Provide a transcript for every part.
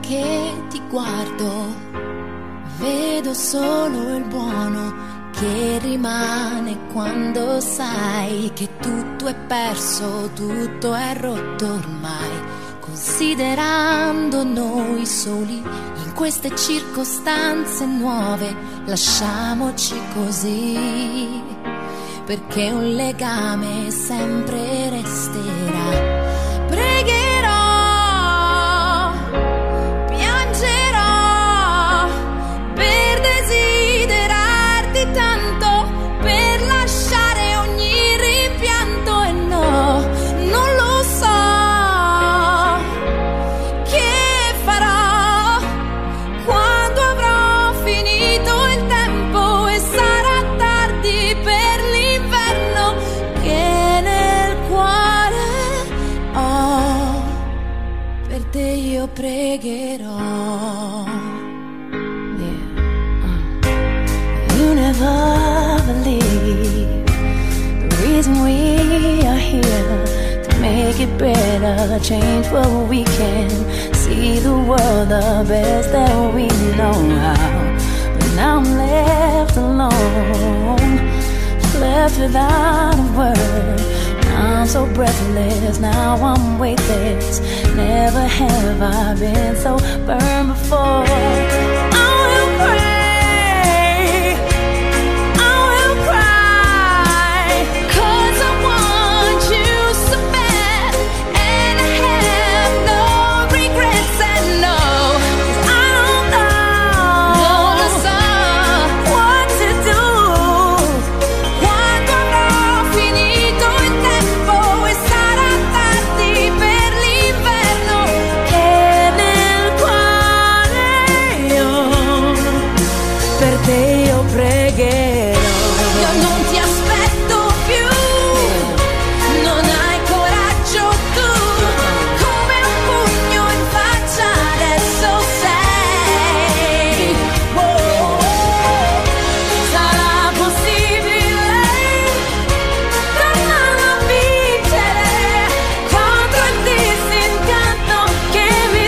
che ti guardo, vedo solo il buono che rimane quando sai che tutto è perso, tutto è rotto ormai. Considerando noi soli in queste circostanze nuove, lasciamoci così, perché un legame sempre resterà. Pregherò, piangerò per desiderarti tanto, per lasciare ogni rimpianto, e no, non lo so che farò quando avrò finito il tempo e sarà tardi per l'inverno che nel cuore ho. Per te io pregherò. You never believe the reason we are here, to make it better, change what we can, see the world the best that we know how. But now I'm left alone, left without a word. I'm so breathless, now I'm weightless. Never have I been so burned before. I will pray, I will cry, 'cause I want you so bad, and I have no regrets, and no, 'cause I don't know what to do quando avrò finito il tempo e sarà tardi per l'inverno che nel cuore io per te io pregherò. Io non ti aspetto più, non hai coraggio tu, come un pugno in faccia adesso sei. Sarà possibile tornare a vincere contro il disincanto che mi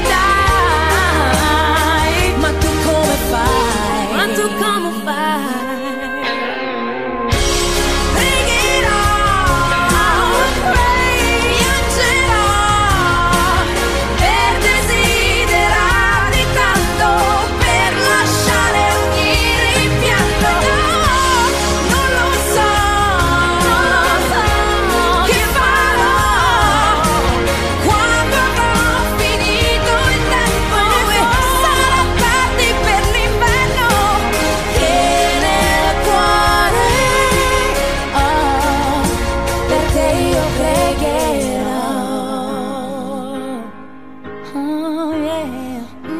dai? Ma tu come fai? Ma tu come fai? Pregherò, piangerò per desiderarti tanto, per lasciare ogni rimpianto. No, non lo so che farò quando avrò finito il tempo e sarà tardi per l'inverno che nel cuore ho. Per te io pregherò. Oh yeah.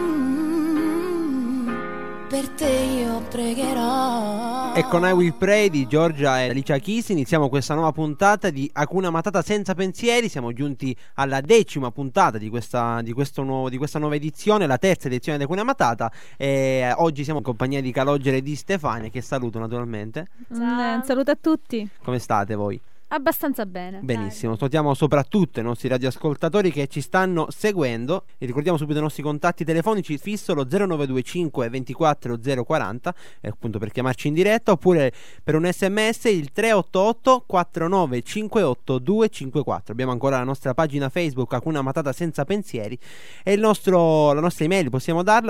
Per te io pregherò. E con I Will Pray di Giorgia e Alicia Keys iniziamo questa nuova puntata di Hakuna Matata senza pensieri. Siamo giunti alla 10ª puntata di questa nuova edizione, la terza edizione di Hakuna Matata. E oggi siamo in compagnia di Calogero e di Stefania, che saluto naturalmente. Un saluto a tutti. Come state voi? Abbastanza bene. Benissimo, salutiamo soprattutto i nostri radioascoltatori che ci stanno seguendo e ricordiamo subito i nostri contatti telefonici: fisso lo 0925 24 040, appunto per chiamarci in diretta, oppure per un sms il 388 4958 254. Abbiamo ancora la nostra pagina Facebook Hakuna Matata senza pensieri e la nostra email possiamo darla,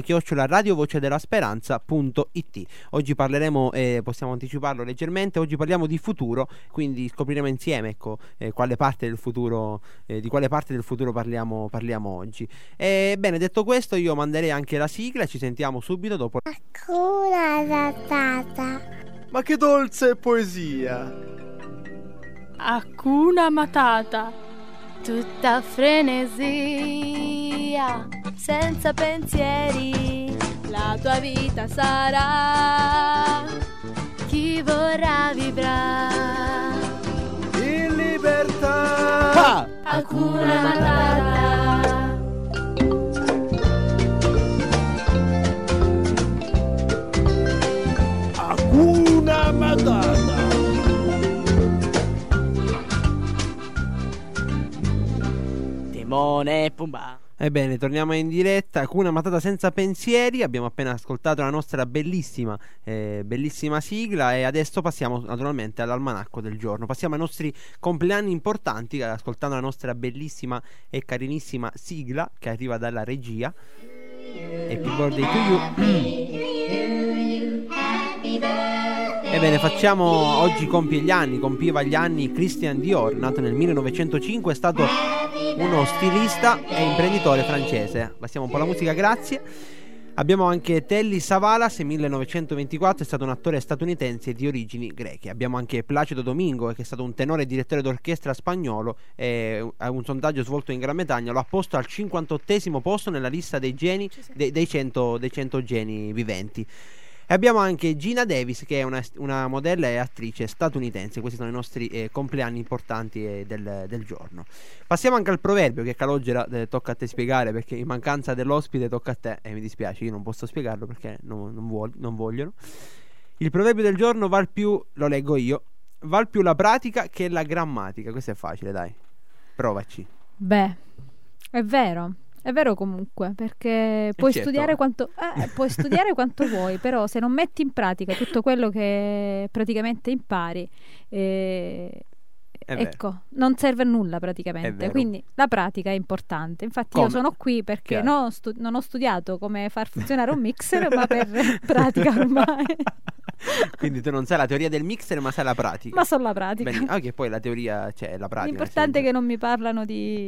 sciacca@radiovocedellasperanza.it. Oggi parleremo, possiamo anticiparlo leggermente, oggi parliamo di futuro, quindi scopriremo insieme, ecco, quale parte del futuro, di quale parte del futuro parliamo oggi. Bene, detto questo, io manderei anche la sigla, ci sentiamo subito dopo. Hakuna Matata. Ma che dolce poesia! Hakuna Matata, tutta frenesia, senza pensieri, la tua vita sarà, chi vorrà vivrà In libertà! Hakuna Matata. Hakuna Matata! Timone e Pumba. Ebbene, torniamo in diretta con una matata senza pensieri. Abbiamo appena ascoltato la nostra bellissima sigla e adesso passiamo naturalmente all'almanacco del giorno. Passiamo ai nostri compleanni importanti ascoltando la nostra bellissima e carinissima sigla che arriva dalla regia. Happy birthday to you. Ebbene, compiva gli anni Christian Dior, nato nel 1905, è stato uno stilista e imprenditore francese. Passiamo un po' alla musica, grazie. Abbiamo anche Telly Savalas, 1924, è stato un attore statunitense di origini greche. Abbiamo anche Placido Domingo, che è stato un tenore e direttore d'orchestra spagnolo, e un sondaggio svolto in Gran Bretagna lo ha posto al 58esimo posto nella lista dei 100 geni viventi. E abbiamo anche Gina Davis, che è una modella e attrice statunitense. Questi sono i nostri compleanni importanti del giorno. Passiamo anche al proverbio che, Calogera, tocca a te spiegare, perché in mancanza dell'ospite tocca a te, e mi dispiace, io non posso spiegarlo perché non vogliono. Il proverbio del giorno lo leggo io: val più la pratica che la grammatica. Questo è facile, dai, provaci. Beh, è vero. È vero comunque, perché puoi studiare quanto vuoi, però se non metti in pratica tutto quello che praticamente impari, ecco, non serve a nulla praticamente. Quindi la pratica è importante. Infatti io sono qui perché non ho studiato come far funzionare un mixer, ma per pratica ormai. Quindi tu non sai la teoria del mixer, ma sai la pratica. Ma so la pratica. Anche poi la teoria c'è, la pratica. L'importante è che non mi parlano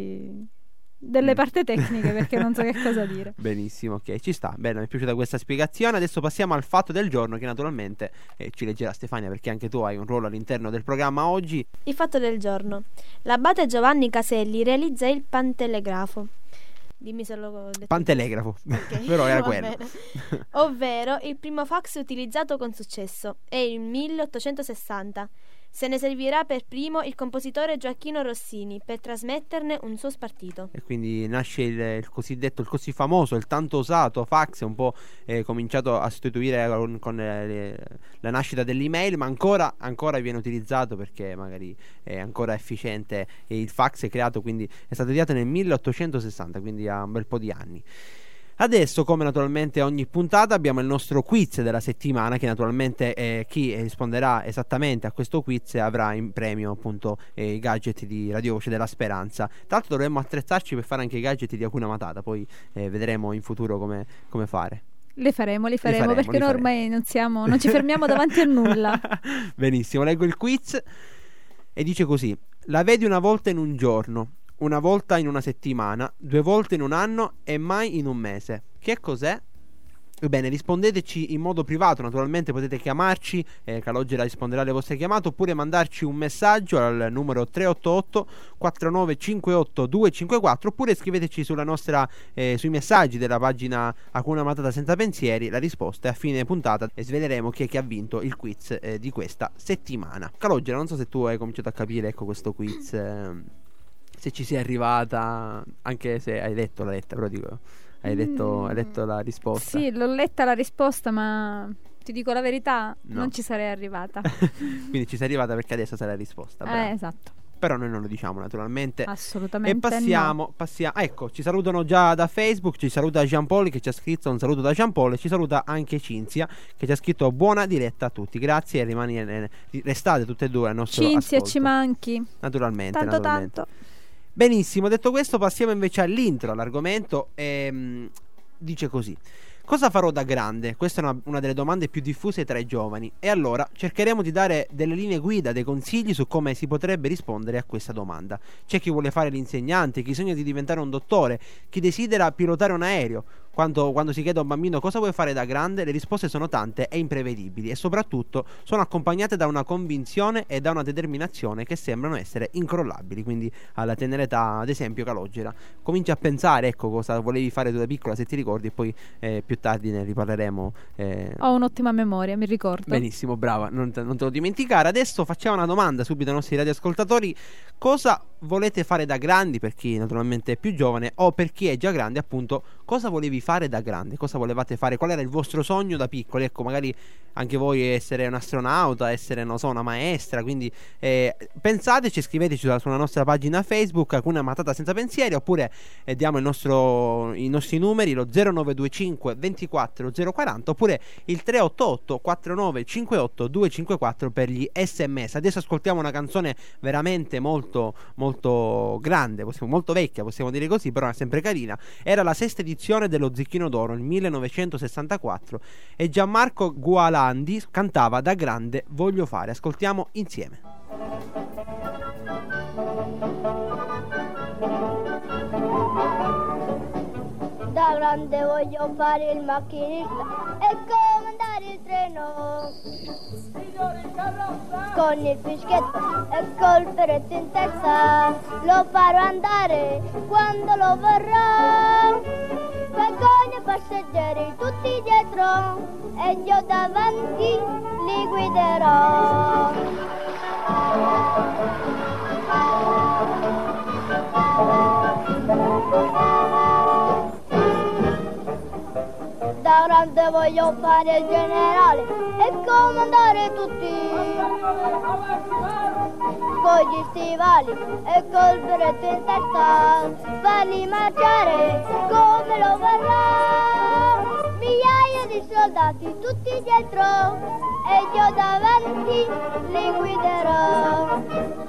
delle parti tecniche, perché non so che cosa dire. Benissimo, ok, ci sta. Bene, mi è piaciuta questa spiegazione. Adesso passiamo al fatto del giorno, che naturalmente ci leggerà Stefania, perché anche tu hai un ruolo all'interno del programma oggi. Il fatto del giorno: l'abate Giovanni Caselli realizza il pantelegrafo. Dimmi se l'ho detto. Pantelegrafo, okay. Però era quello. Ovvero il primo fax utilizzato con successo. È il 1860. Se ne servirà per primo il compositore Gioacchino Rossini per trasmetterne un suo spartito. E quindi nasce il così famoso, il tanto usato fax, è un po' cominciato a sostituire con la nascita dell'email, ma ancora viene utilizzato perché magari è ancora efficiente. E il fax è creato, quindi è stato ideato nel 1860, quindi ha un bel po' di anni. Adesso, come naturalmente ogni puntata, abbiamo il nostro quiz della settimana, che naturalmente chi risponderà esattamente a questo quiz avrà in premio appunto i gadget di Radio Voce della Speranza. Tra l'altro dovremmo attrezzarci per fare anche i gadget di Hakuna Matata, poi vedremo in futuro come fare. Li faremo perché noi ormai non ci fermiamo davanti a nulla. Benissimo, leggo il quiz e dice così: la vedi una volta in un giorno, una volta in una settimana, 2 volte in un anno e mai in un mese. Che cos'è? Ebbene, rispondeteci in modo privato, naturalmente potete chiamarci, Calogera risponderà alle vostre chiamate, oppure mandarci un messaggio al numero 388 4958 254, oppure scriveteci sulla nostra sui messaggi della pagina Hakuna Matata senza pensieri la risposta, e a fine puntata sveleremo chi è che ha vinto il quiz di questa settimana. Calogera, non so se tu hai cominciato a capire, ecco, questo quiz, se ci sei arrivata, anche se hai letto la lettera, però dico, hai letto la risposta. Sì, l'ho letta la risposta, ma ti dico la verità, no, non ci sarei arrivata. Quindi ci sei arrivata perché adesso sai la risposta. Esatto. Però noi non lo diciamo, naturalmente. Assolutamente. E passiamo. Ecco, ci salutano già da Facebook. Ci saluta Jean Paul, che ci ha scritto un saluto da Jean Paul. E ci saluta anche Cinzia, che ci ha scritto buona diretta a tutti. Grazie, e restate tutte e due al nostro Cinzia, ascolto. ci manchi. Naturalmente. Tanto. Benissimo, detto questo, passiamo invece all'intro, all'argomento. Dice così: cosa farò da grande? Questa è una delle domande più diffuse tra i giovani, e allora cercheremo di dare delle linee guida, dei consigli su come si potrebbe rispondere a questa domanda. C'è chi vuole fare l'insegnante, chi sogna di diventare un dottore, chi desidera pilotare un aereo. Quando si chiede a un bambino cosa vuoi fare da grande, le risposte sono tante e imprevedibili, e soprattutto sono accompagnate da una convinzione e da una determinazione che sembrano essere incrollabili. Quindi alla tenera età, ad esempio, Calogera, cominci a pensare, ecco, cosa volevi fare tu da piccola, se ti ricordi, e poi più tardi ne riparleremo. Ho un'ottima memoria, mi ricordo. Benissimo, brava, non te lo dimenticare. Adesso facciamo una domanda subito ai nostri radioascoltatori: cosa volete fare da grandi, per chi naturalmente è più giovane, o per chi è già grande, appunto, cosa volevi fare da grande? Cosa volevate fare? Qual era il vostro sogno da piccoli? Ecco, magari anche voi essere un astronauta, essere, non so, una maestra. Quindi pensateci, scriveteci sulla nostra pagina Facebook, Hakuna Matata senza pensieri, oppure diamo i nostri numeri, lo 0925 24 040, oppure il 388 4958 254 per gli SMS. Adesso ascoltiamo una canzone veramente molto molto grande, molto vecchia, possiamo dire così, però è sempre carina. Era la 6ª edizione dello Zecchino d'Oro nel 1964 e Gianmarco Gualandi cantava Da grande voglio fare. Ascoltiamo insieme. Da grande voglio fare il macchinista e comandare il treno, con il fischietto e col berretto in testa lo farò andare quando lo vorrò. Vagoni e passeggeri tutti dietro e io davanti li guiderò. Da grande voglio fare il generale e comandare tutti, con gli stivali e col berretto in testa farli marciare come lo vorrà. Migliaia di soldati tutti dietro e io davanti li guiderò.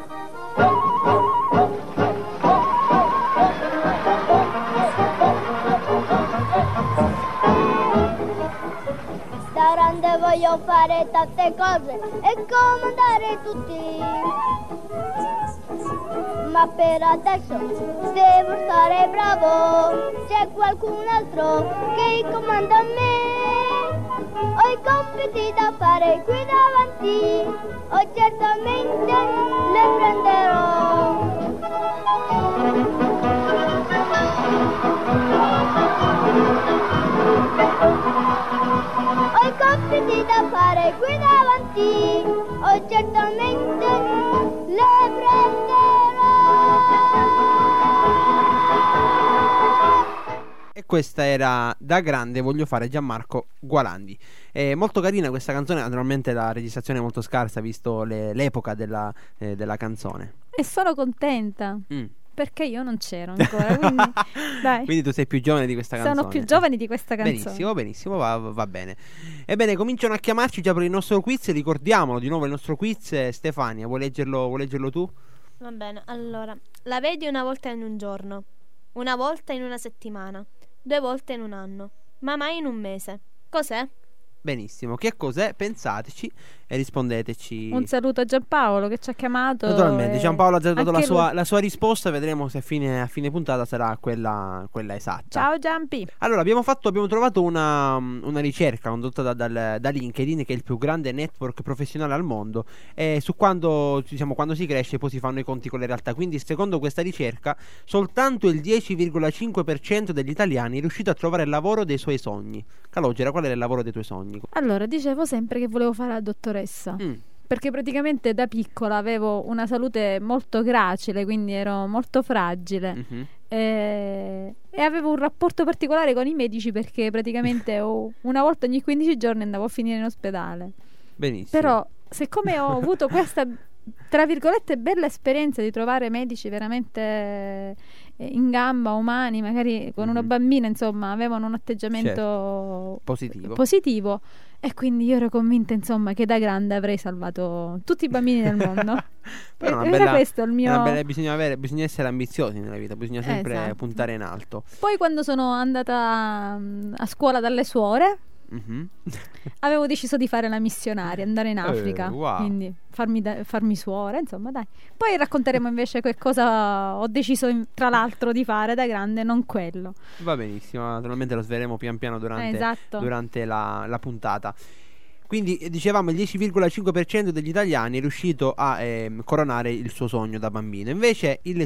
Da grande voglio fare tante cose e comandare tutti, ma per adesso devo stare bravo. C'è qualcun altro che comanda me, ho i compiti da fare qui davanti, o certamente le prenderò. Ho i compiti da fare qui davanti, o certamente le prenderò. E questa era Da grande voglio fare, Gianmarco Gualandi. È molto carina questa canzone, naturalmente la registrazione è molto scarsa visto l'epoca della canzone. E sono contenta. Perché io non c'ero ancora, quindi, dai. Quindi tu sei più giovane di questa canzone. Sono più giovane di questa canzone. Benissimo, benissimo, va bene. Ebbene, cominciano a chiamarci già per il nostro quiz. Ricordiamolo di nuovo il nostro quiz. Stefania, vuoi leggerlo tu? Va bene, allora. La vedi una volta in un giorno, una volta in una settimana, 2 volte in un anno, ma mai in un mese. Cos'è? Benissimo, che cos'è? Pensateci e rispondeteci. Un saluto a Giampaolo che ci ha chiamato. Naturalmente, Giampaolo ha già dato la sua risposta. Vedremo se a fine puntata sarà quella esatta. Ciao Giampi. Allora, abbiamo trovato una ricerca condotta da LinkedIn, che è il più grande network professionale al mondo, e su quando si cresce poi si fanno i conti con le realtà. Quindi secondo questa ricerca soltanto il 10,5% degli italiani è riuscito a trovare il lavoro dei suoi sogni. Calogera, qual era il lavoro dei tuoi sogni? Allora, dicevo sempre che volevo fare la dottoressa, perché praticamente da piccola avevo una salute molto gracile, quindi ero molto fragile, e avevo un rapporto particolare con i medici, perché praticamente una volta ogni 15 giorni andavo a finire in ospedale. Benissimo. Però siccome ho avuto questa, tra virgolette, bella esperienza di trovare medici veramente in gamba, umani, magari con una bambina, insomma, avevano un atteggiamento positivo, e quindi io ero convinta, insomma, che da grande avrei salvato tutti i bambini del mondo. Però era questo il mio... bisogna essere ambiziosi nella vita, bisogna sempre puntare in alto. Poi quando sono andata a scuola dalle suore, avevo deciso di fare la missionaria, andare in Africa, quindi farmi suora, insomma, dai. Poi racconteremo invece che cosa ho deciso tra l'altro di fare da grande, non quello. Va benissimo, naturalmente lo sveleremo pian piano durante la puntata. Quindi dicevamo il 10,5% degli italiani è riuscito a coronare il suo sogno da bambino. Invece il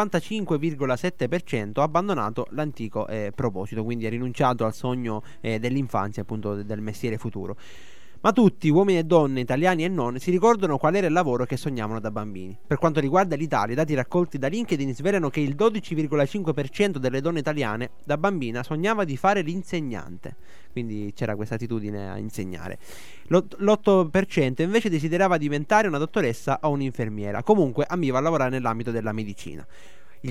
55,7% ha abbandonato l'antico proposito, quindi ha rinunciato al sogno dell'infanzia, appunto del mestiere futuro. Ma tutti, uomini e donne, italiani e non, si ricordano qual era il lavoro che sognavano da bambini. Per quanto riguarda l'Italia, i dati raccolti da LinkedIn svelano che il 12,5% delle donne italiane da bambina sognava di fare l'insegnante. Quindi c'era questa attitudine a insegnare. L'8% invece desiderava diventare una dottoressa o un'infermiera. Comunque ambiva a lavorare nell'ambito della medicina. Il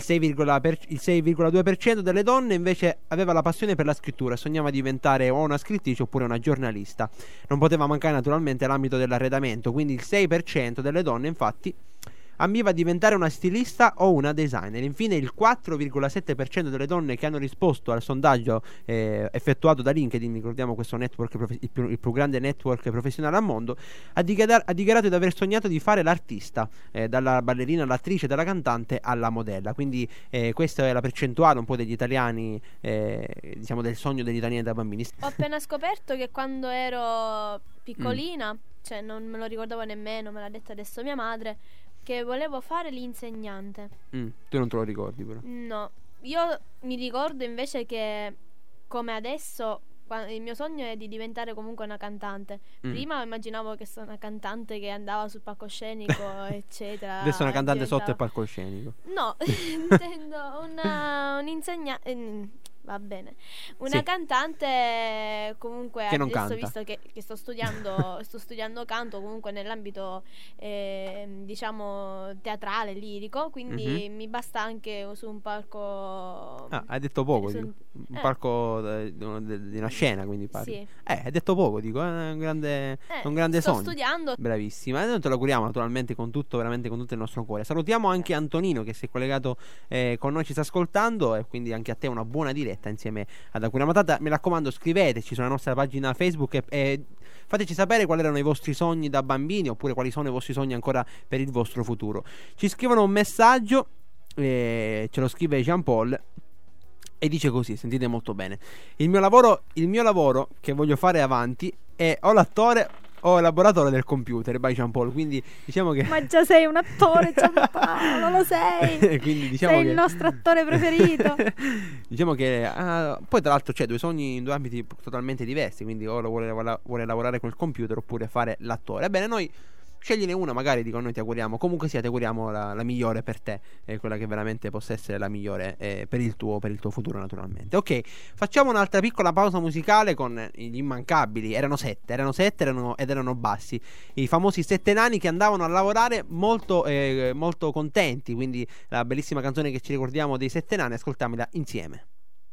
6,2% delle donne invece aveva la passione per la scrittura e sognava di diventare o una scrittrice oppure una giornalista. Non poteva mancare naturalmente l'ambito dell'arredamento, quindi il 6% delle donne infatti ambiva a diventare una stilista o una designer. Infine il 4,7% delle donne che hanno risposto al sondaggio effettuato da LinkedIn, ricordiamo questo network il più grande network professionale al mondo, ha dichiarato di aver sognato di fare l'artista, dalla ballerina all'attrice, dalla cantante alla modella. Quindi questa è la percentuale un po' degli italiani, diciamo del sogno degli italiani da bambini. Ho appena scoperto che quando ero piccolina, cioè non me lo ricordavo nemmeno, me l'ha detto adesso mia madre, che volevo fare l'insegnante. Tu non te lo ricordi però? No, io mi ricordo invece che come adesso il mio sogno è di diventare comunque una cantante. Prima immaginavo che sono una cantante che andava sul palcoscenico eccetera. Adesso è una cantante sotto il palcoscenico. No, intendo un insegnante. Va bene. Una cantante comunque che non adesso canta. Visto che sto studiando canto comunque nell'ambito diciamo teatrale, lirico, quindi mi basta anche su un palco. Hai detto poco, dico. Un palco di una scena, quindi parli. Sì. Hai detto poco, dico, è un grande sogno. Sto studiando. Bravissima. E noi te lo auguriamo naturalmente con tutto, veramente con tutto il nostro cuore. Salutiamo anche Antonino che si è collegato con noi, ci sta ascoltando, e quindi anche a te una buona diretta insieme ad Hakuna Matata. Mi raccomando, scriveteci sulla nostra pagina Facebook e fateci sapere quali erano i vostri sogni da bambini, oppure quali sono i vostri sogni ancora per il vostro futuro. Ci scrivono un messaggio, ce lo scrive Jean Paul e dice così, sentite molto bene: il mio lavoro che voglio fare avanti è o l'attore o elaboratore del computer, by Jean Paul. Quindi diciamo che ma già sei un attore, Giampaolo, lo sei. Quindi diciamo sei che il nostro attore preferito. Diciamo che poi tra l'altro c'è due sogni in due ambiti totalmente diversi, quindi o vuole lavorare col computer oppure fare l'attore. Ebbene, noi scegliene una, magari dico, noi ti auguriamo, comunque sia, ti auguriamo la migliore per te, quella che veramente possa essere la migliore per il tuo futuro naturalmente. Ok, facciamo un'altra piccola pausa musicale con gli immancabili. Erano bassi, i famosi Sette Nani, che andavano a lavorare molto contenti. Quindi la bellissima canzone che ci ricordiamo dei Sette Nani, ascoltiamola insieme.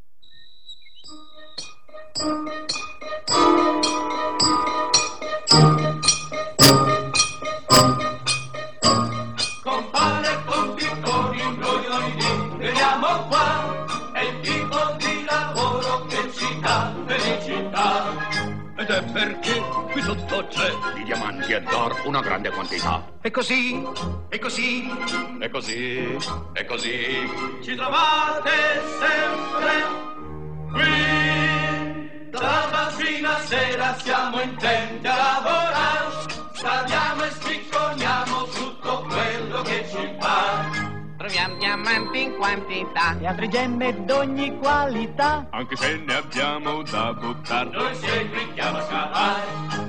Compare con piccoli imbroglioni, vediamo qua, è il tipo di lavoro che ci dà felicità. Ed è perché qui sotto c'è di diamanti e d'oro una grande quantità. E così, e così, e così, e così ci trovate sempre qui. Dalla mattina a sera siamo intenti a lavorare, scaviamo e spicconiamo tutto quello che ci fa. Troviamo diamanti in quantità e altre gemme d'ogni qualità. Anche se ne abbiamo da buttare, noi seguiamo a scavare.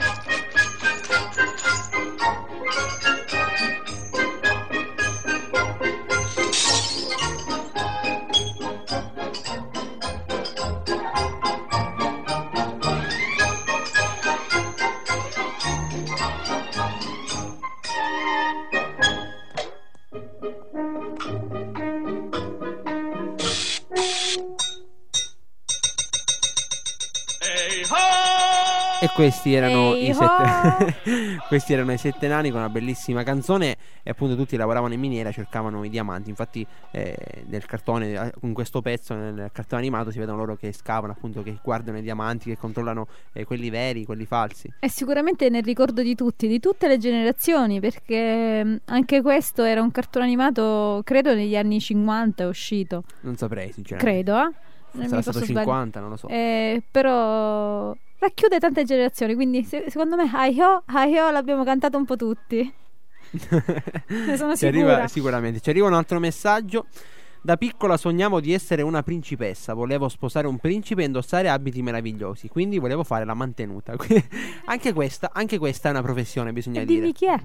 E questi erano questi erano i Sette Nani con una bellissima canzone. E appunto tutti lavoravano in miniera, cercavano i diamanti. Infatti nel cartone, con questo pezzo, nel cartone animato, si vedono loro che scavano, appunto, che guardano i diamanti, che controllano quelli veri, quelli falsi. È sicuramente nel ricordo di tutti, di tutte le generazioni, perché anche questo era un cartone animato, credo negli anni 50 è uscito. Non saprei sinceramente. Credo, sarà stato 50, non lo so. Però racchiude tante generazioni, quindi secondo me Hi-Ho l'abbiamo cantato un po' tutti. Ne sono sicura. Sicuramente. Ci arriva un altro messaggio Da piccola sognavo di essere una principessa, volevo sposare un principe e indossare abiti meravigliosi, quindi volevo fare la mantenuta. anche questa è una professione, bisogna dire. Dimmi chi è.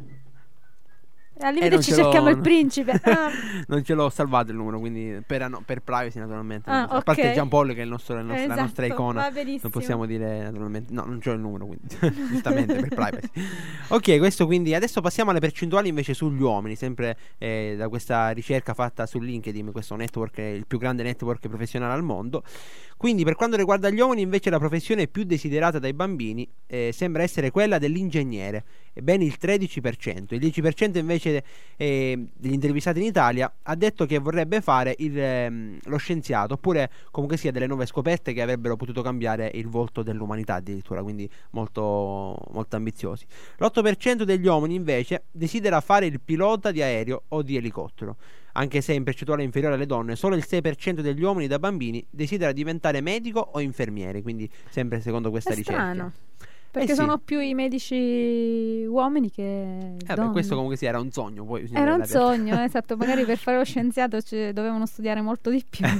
Al limite ci cerchiamo il principe. Non ce l'ho salvato il numero, quindi per privacy naturalmente. Okay. A parte Giampaolo che è la nostra Esatto, icona, va benissimo. non possiamo dire naturalmente. No, non c'ho il numero, quindi giustamente per privacy. Ok, questo quindi. Adesso passiamo alle percentuali invece sugli uomini, sempre da questa ricerca fatta su LinkedIn, questo network è il più grande network professionale al mondo. Quindi per quanto riguarda gli uomini invece la professione più desiderata dai bambini sembra essere quella dell'ingegnere, ben il 13%. Il 10% invece degli intervistati in Italia ha detto che vorrebbe fare lo scienziato, oppure comunque sia delle nuove scoperte che avrebbero potuto cambiare il volto dell'umanità addirittura, quindi molto, molto ambiziosi. L'8% degli uomini invece desidera fare il pilota di aereo o di elicottero. Anche se in percentuale inferiore alle donne, solo il 6% degli uomini da bambini desidera diventare medico o infermiere, quindi sempre secondo questa ricerca. Strano. Perché sì, sono più i medici uomini che donne. Questo comunque sì, era un sogno. Poi era un sogno, esatto. Magari per fare lo scienziato dovevano studiare molto di più.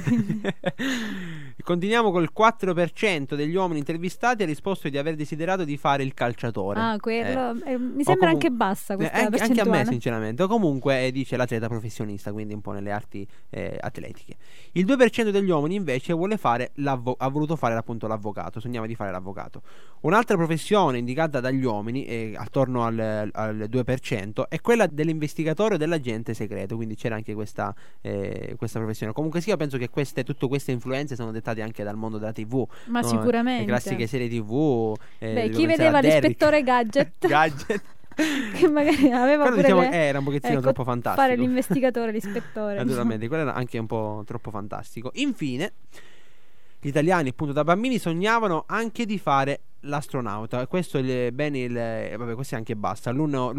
Continuiamo col 4% degli uomini intervistati ha risposto di aver desiderato di fare il calciatore. Ah, quello mi sembra anche bassa questa percentuale. Anche a me sinceramente. O comunque dice l'atleta professionista, quindi un po' nelle arti atletiche. Il 2% degli uomini invece ha voluto fare appunto l'avvocato, sognava di fare l'avvocato. Un'altra professione indicata dagli uomini, attorno al 2%, è quella dell'investigatore o dell'agente segreto, quindi c'era anche questa professione. Comunque sia, penso che tutte queste influenze sono dettate anche dal mondo della TV. Ma sicuramente. Le classiche serie TV. Chi vedeva l'ispettore Gadget? Che magari aveva pure era un pochettino troppo fantastico. Fare l'investigatore, l'ispettore. Naturalmente, quello era anche un po' troppo fantastico. Infine, gli italiani appunto da bambini sognavano anche di fare l'astronauta. Questo questo è anche basta.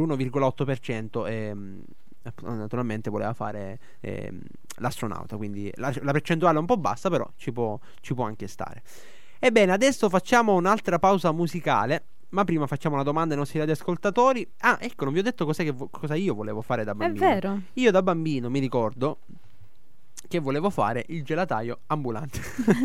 L'1,8% naturalmente voleva fare l'astronauta, quindi la percentuale è un po' bassa, però ci può anche stare. Ebbene, adesso facciamo un'altra pausa musicale, ma prima facciamo una domanda ai nostri radioascoltatori. Ah, ecco, non vi ho detto cosa io volevo fare da bambino. È vero. Io da bambino mi ricordo che volevo fare il gelataio ambulante.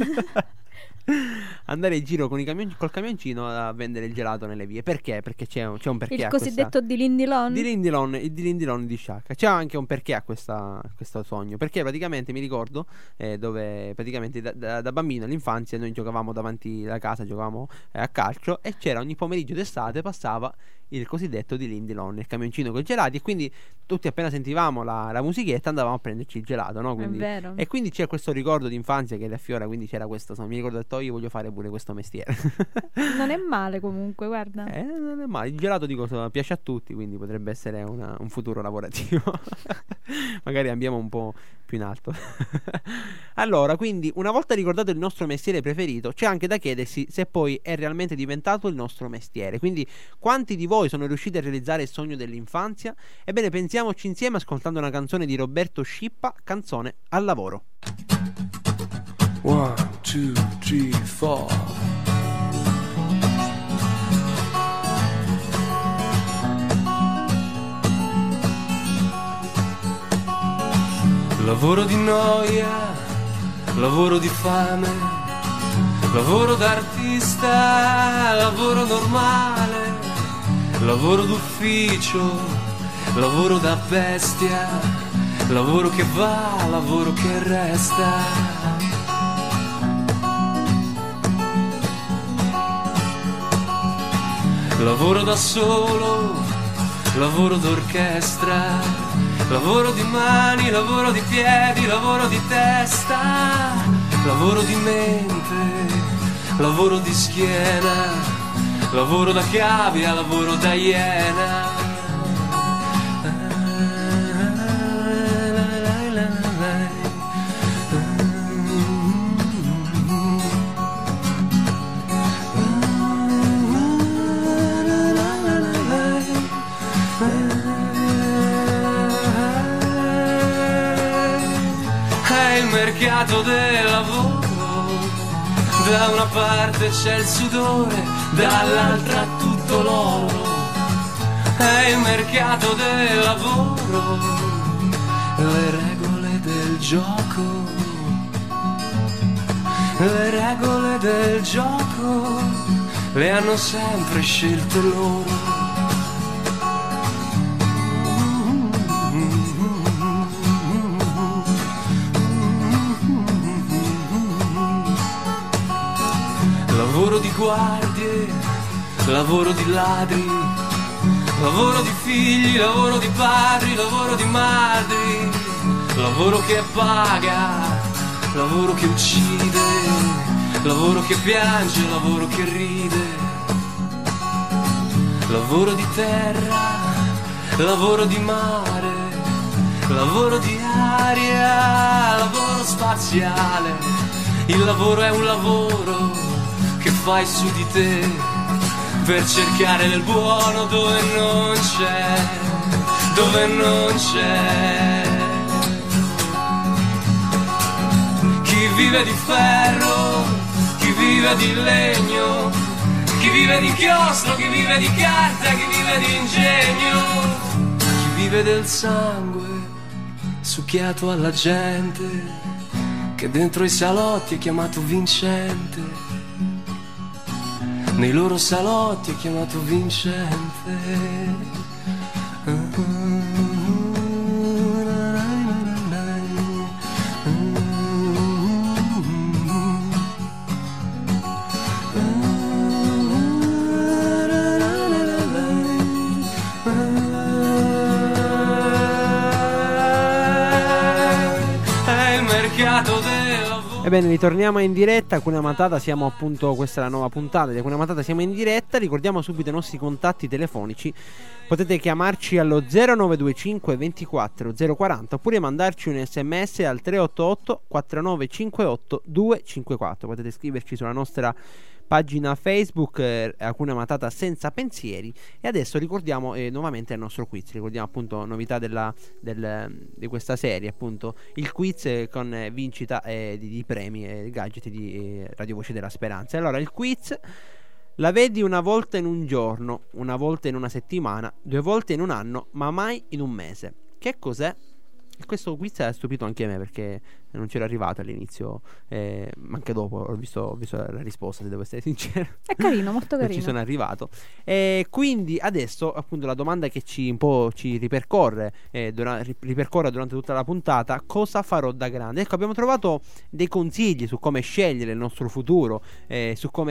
Andare in giro col camioncino a vendere il gelato nelle vie. Perché? Perché c'è un perché. Il cosiddetto di Lindilon. Di Lindilon di Sciacca. C'è anche un perché a questo sogno. Perché praticamente mi ricordo dove praticamente da bambino all'infanzia noi giocavamo davanti alla casa, giocavamo a calcio, e c'era ogni pomeriggio d'estate passava il cosiddetto di Lindilon, il camioncino con i gelati, e quindi tutti appena sentivamo la musichetta andavamo a prenderci il gelato, no? Quindi, è vero. E quindi c'è questo ricordo di infanzia che riaffiora, quindi c'era questo, mi ricordo, ho detto io voglio fare pure questo mestiere. Non è male comunque, guarda. Non è male, il gelato piace a tutti, quindi potrebbe essere un futuro lavorativo. Magari andiamo un po' più in alto. Allora, quindi una volta ricordato il nostro mestiere preferito, c'è anche da chiedersi se poi è realmente diventato il nostro mestiere. Quindi quanti di voi sono riusciti a realizzare il sogno dell'infanzia? Ebbene, pensiamoci insieme ascoltando una canzone di Roberto Scippa, canzone Al lavoro. 1, 2, 3, 4. Lavoro di noia, lavoro di fame, lavoro d'artista, lavoro normale, lavoro d'ufficio, lavoro da bestia, lavoro che va, lavoro che resta. Lavoro da solo, lavoro d'orchestra, lavoro di mani, lavoro di piedi, lavoro di testa, lavoro di mente, lavoro di schiena, lavoro da cavia, lavoro da iena. Mercato del lavoro, da una parte c'è il sudore, dall'altra tutto l'oro. È il mercato del lavoro, le regole del del gioco, le regole del gioco le hanno sempre scelte loro. Lavoro di guardie, lavoro di ladri, lavoro di figli, lavoro di padri, lavoro di madri, lavoro che paga, lavoro che uccide, lavoro che piange, lavoro che ride, lavoro di terra, lavoro di mare, lavoro di aria, lavoro spaziale. Il lavoro è un lavoro che fai su di te per cercare del buono dove non c'è, dove non c'è. Chi vive di ferro, chi vive di legno, chi vive di chiostro, chi vive di carta, chi vive di ingegno, chi vive del sangue succhiato alla gente che dentro i salotti è chiamato vincente. Nei loro salotti è chiamato vincente. È il mercato del lavoro. Ebbene, ritorniamo in diretta. Hakuna Matata, siamo appunto, questa è la nuova puntata di Hakuna Matata, siamo in diretta. Ricordiamo subito i nostri contatti telefonici. Potete chiamarci allo 0925 24 040 oppure mandarci un sms al 388 4958 254. Potete scriverci sulla nostra pagina Facebook Hakuna Matata senza pensieri. E adesso ricordiamo nuovamente il nostro quiz. Ricordiamo appunto novità di questa serie, appunto il quiz con vincita di premi e gadget di Radio Voce della Speranza. Allora, il quiz: la vedi una volta in un giorno, una volta in una settimana, 2 volte in un anno, ma mai in un mese. Che cos'è? Questo quiz ha stupito anche me, perché non c'era arrivato all'inizio, ma anche dopo ho visto la risposta, se devo essere sincero. È carino, molto carino. Non ci sono arrivato. Quindi adesso appunto la domanda che un po' ci ripercorre durante tutta la puntata: cosa farò da grande? Ecco, abbiamo trovato dei consigli su come scegliere il nostro futuro, su come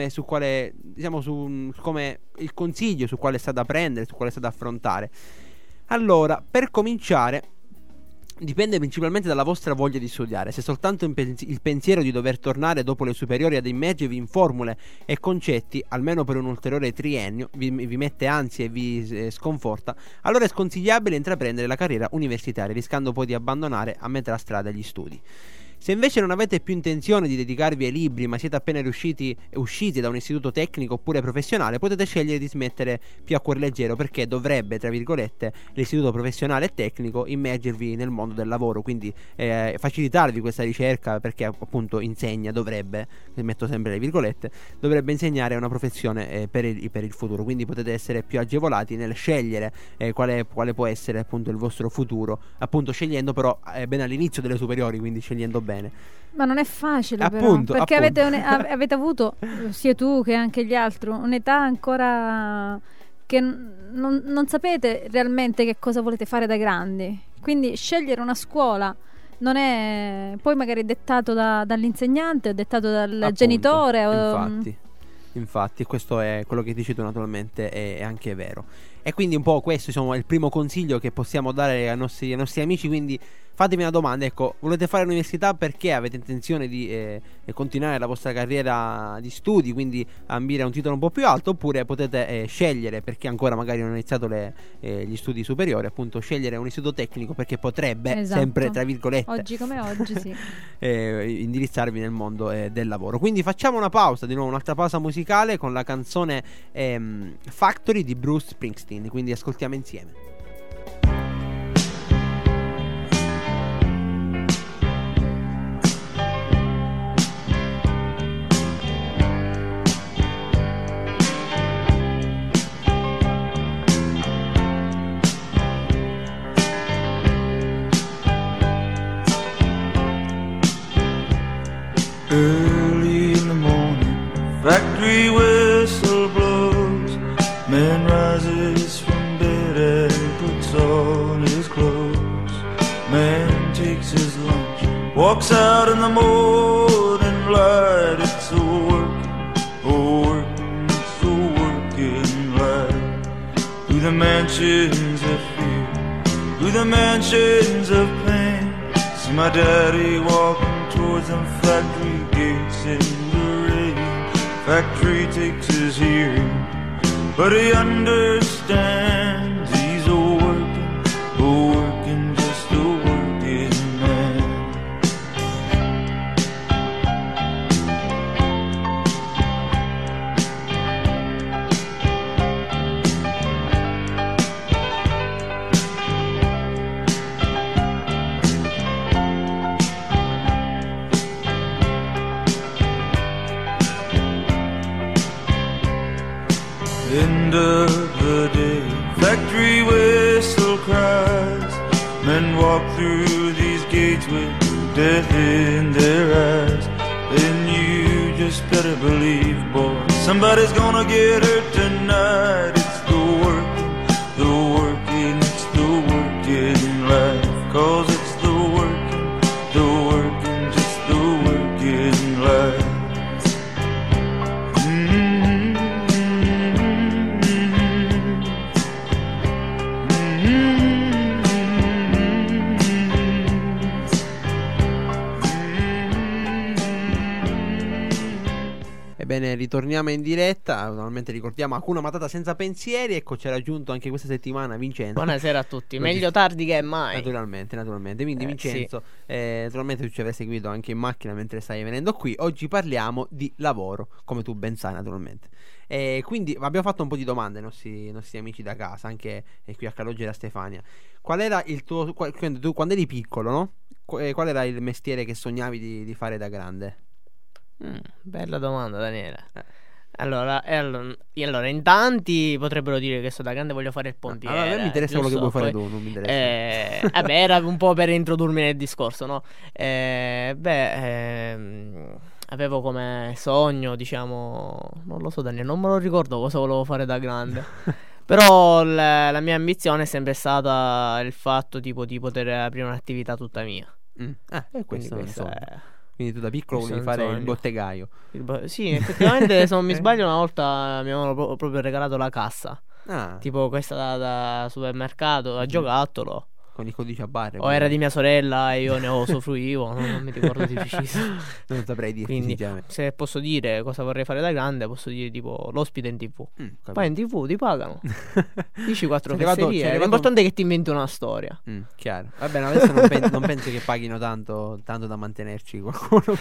il consiglio su quale strada prendere, su quale strada affrontare. Allora, per cominciare, dipende principalmente dalla vostra voglia di studiare. Se soltanto il pensiero di dover tornare dopo le superiori ad immergervi in formule e concetti, almeno per un ulteriore triennio, vi mette ansia e vi sconforta, allora è sconsigliabile intraprendere la carriera universitaria, rischiando poi di abbandonare a metà strada gli studi. Se invece non avete più intenzione di dedicarvi ai libri, ma siete appena usciti da un istituto tecnico oppure professionale, potete scegliere di smettere più a cuor leggero, perché dovrebbe, tra virgolette, l'istituto professionale e tecnico immergervi nel mondo del lavoro, quindi facilitarvi questa ricerca, perché appunto dovrebbe, metto sempre le virgolette, dovrebbe insegnare una professione per il futuro, quindi potete essere più agevolati nel scegliere quale può essere appunto il vostro futuro, appunto scegliendo però bene all'inizio delle superiori, quindi scegliendo bene. Ma non è facile, appunto, però, perché appunto. avete avuto, sia tu che anche gli altri, un'età ancora che non sapete realmente che cosa volete fare da grandi. Quindi scegliere una scuola non è poi magari dettato dall'insegnante, dettato dal appunto, genitore. Infatti, questo è quello che dici tu, naturalmente è anche vero. E quindi un po' questo, insomma, è il primo consiglio che possiamo dare ai nostri amici. Quindi fatemi una domanda, ecco: volete fare l'università perché avete intenzione di continuare la vostra carriera di studi, quindi ambire a un titolo un po' più alto, oppure potete scegliere, perché ancora magari non iniziato gli studi superiori, appunto scegliere un istituto tecnico, perché potrebbe, esatto, sempre tra virgolette, oggi come oggi, sì, indirizzarvi nel mondo del lavoro. Quindi facciamo una pausa, di nuovo un'altra pausa musicale con la canzone Factory di Bruce Springsteen, quindi ascoltiamo insieme. Early in the morning, factory whistle blows. Man rises from bed and puts on his clothes. Man takes his lunch, walks out in the morning light. It's a working, it's a working light. Through the mansions of fear, through the mansions of pain, see my daddy walking towards them factory gates in the rain. Factory takes his hearing, but he understands he's a working, just a working man. End of the day, factory whistle cries. Men walk through these gates with death in their eyes. And you just better believe, boy, somebody's gonna get hurt tonight. It's the working, it's the working life. Cause it's the working, just the working life. Bene, ritorniamo in diretta. Normalmente ricordiamo Hakuna Matata senza pensieri. Ecco, ci ha raggiunto anche questa settimana Vincenzo. Buonasera a tutti, meglio tardi che mai. Naturalmente. Quindi Vincenzo, sì. Naturalmente tu ci avrai seguito anche in macchina mentre stai venendo qui. Oggi parliamo di lavoro, come tu ben sai naturalmente. Quindi abbiamo fatto un po' di domande ai nostri amici da casa, anche qui a Calogero e a Stefania. Qual era il tuo, tu quando eri piccolo, no? Qual era il mestiere che sognavi di fare da grande? Bella domanda, Daniele. Allora, in tanti potrebbero dire che da grande voglio fare il pompiere. Allora, mi interessa quello che vuoi fare tu, non mi interessa. Vabbè, era un po' per introdurmi nel discorso, no? Avevo come sogno, diciamo, non lo so, Daniele, non me lo ricordo cosa volevo fare da grande. Però la mia ambizione è sempre stata il fatto tipo di poter aprire un'attività tutta mia. Questo è... Quindi tu da piccolo volevi fare il bottegaio. Sì, effettivamente se non mi sbaglio una volta mi avevano proprio regalato la cassa. Tipo questa da supermercato, da giocattolo. Con i codici a barre. O era di mia sorella e io ne usufruivo, non mi ricordo di preciso. Non saprei dirti. Quindi se posso dire cosa vorrei fare da grande, posso dire tipo l'ospite in TV. Poi in TV ti pagano. Dici 4 fesserie. L'importante è che ti inventi una storia. Chiaro. Va bene, adesso non penso che paghino tanto da mantenerci qualcuno.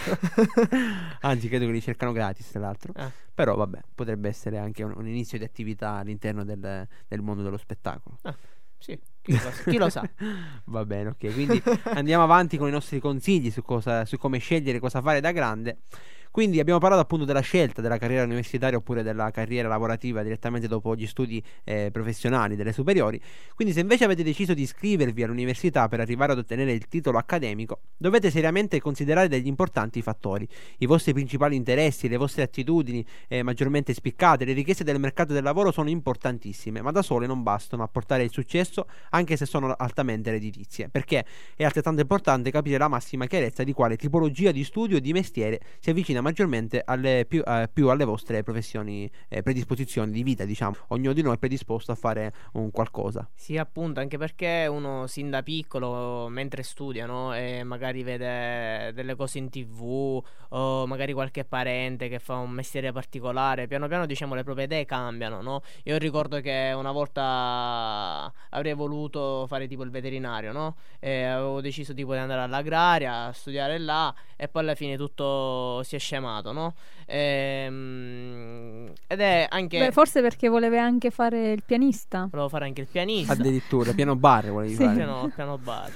Anzi, credo che li cercano gratis, tra l'altro. Però vabbè, potrebbe essere anche un inizio di attività all'interno del mondo dello spettacolo. Sì, chi lo sa. Va bene, ok. Quindi andiamo avanti con i nostri consigli su come scegliere cosa fare da grande. Quindi abbiamo parlato appunto della scelta della carriera universitaria oppure della carriera lavorativa direttamente dopo gli studi professionali delle superiori. Quindi se invece avete deciso di iscrivervi all'università per arrivare ad ottenere il titolo accademico, dovete seriamente considerare degli importanti fattori: i vostri principali interessi, le vostre attitudini maggiormente spiccate. Le richieste del mercato del lavoro sono importantissime, ma da sole non bastano a portare il successo, anche se sono altamente redditizie, perché è altrettanto importante capire la massima chiarezza di quale tipologia di studio e di mestiere si avvicina maggiormente più alle vostre professioni, predisposizioni di vita, diciamo. Ognuno di noi è predisposto a fare un qualcosa. Sì, appunto, anche perché uno sin da piccolo mentre studia, no? E magari vede delle cose in TV o magari qualche parente che fa un mestiere particolare, piano piano, diciamo, le proprie idee cambiano, no? Io ricordo che una volta avrei voluto fare tipo il veterinario, no? E avevo deciso tipo di andare all'agraria a studiare là, e poi alla fine tutto si è scemato, no? Ed è anche forse perché volevi anche fare il pianista. Volevo fare anche il pianista. Addirittura piano bar volevi fare. Piano bar.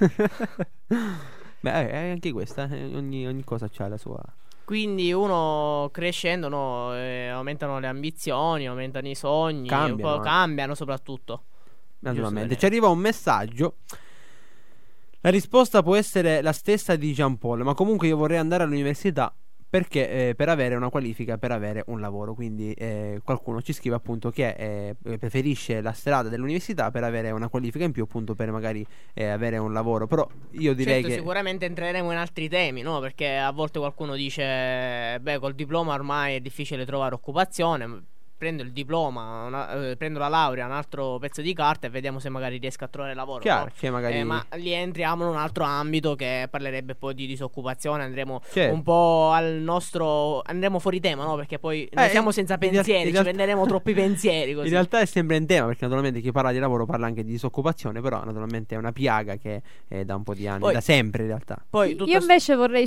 Beh, anche questa, ogni cosa c'ha la sua. Quindi uno crescendo, no, aumentano le ambizioni, aumentano i sogni, cambiano soprattutto. Naturalmente. Ci arriva un messaggio. La risposta può essere la stessa di Gian Paul, ma comunque io vorrei andare all'università perché per avere una qualifica, per avere un lavoro. Quindi qualcuno ci scrive appunto che preferisce la strada dell'università per avere una qualifica in più, appunto per magari avere un lavoro. Però io direi che sicuramente entreremo in altri temi, no? Perché a volte qualcuno dice beh, col diploma ormai è difficile trovare occupazione. Prendo il diploma, prendo la laurea, un altro pezzo di carta e vediamo se magari riesco a trovare lavoro. Chiaro, no? cioè magari... ma lì entriamo in un altro ambito che parlerebbe poi di disoccupazione. Andremo certo. un po' al nostro... andremo fuori tema, no? Perché poi noi siamo senza pensieri, ci prenderemo troppi pensieri così. In realtà è sempre in tema, perché naturalmente chi parla di lavoro parla anche di disoccupazione, però naturalmente è una piaga che è da un po' di anni, poi, da sempre in realtà. Poi io invece vorrei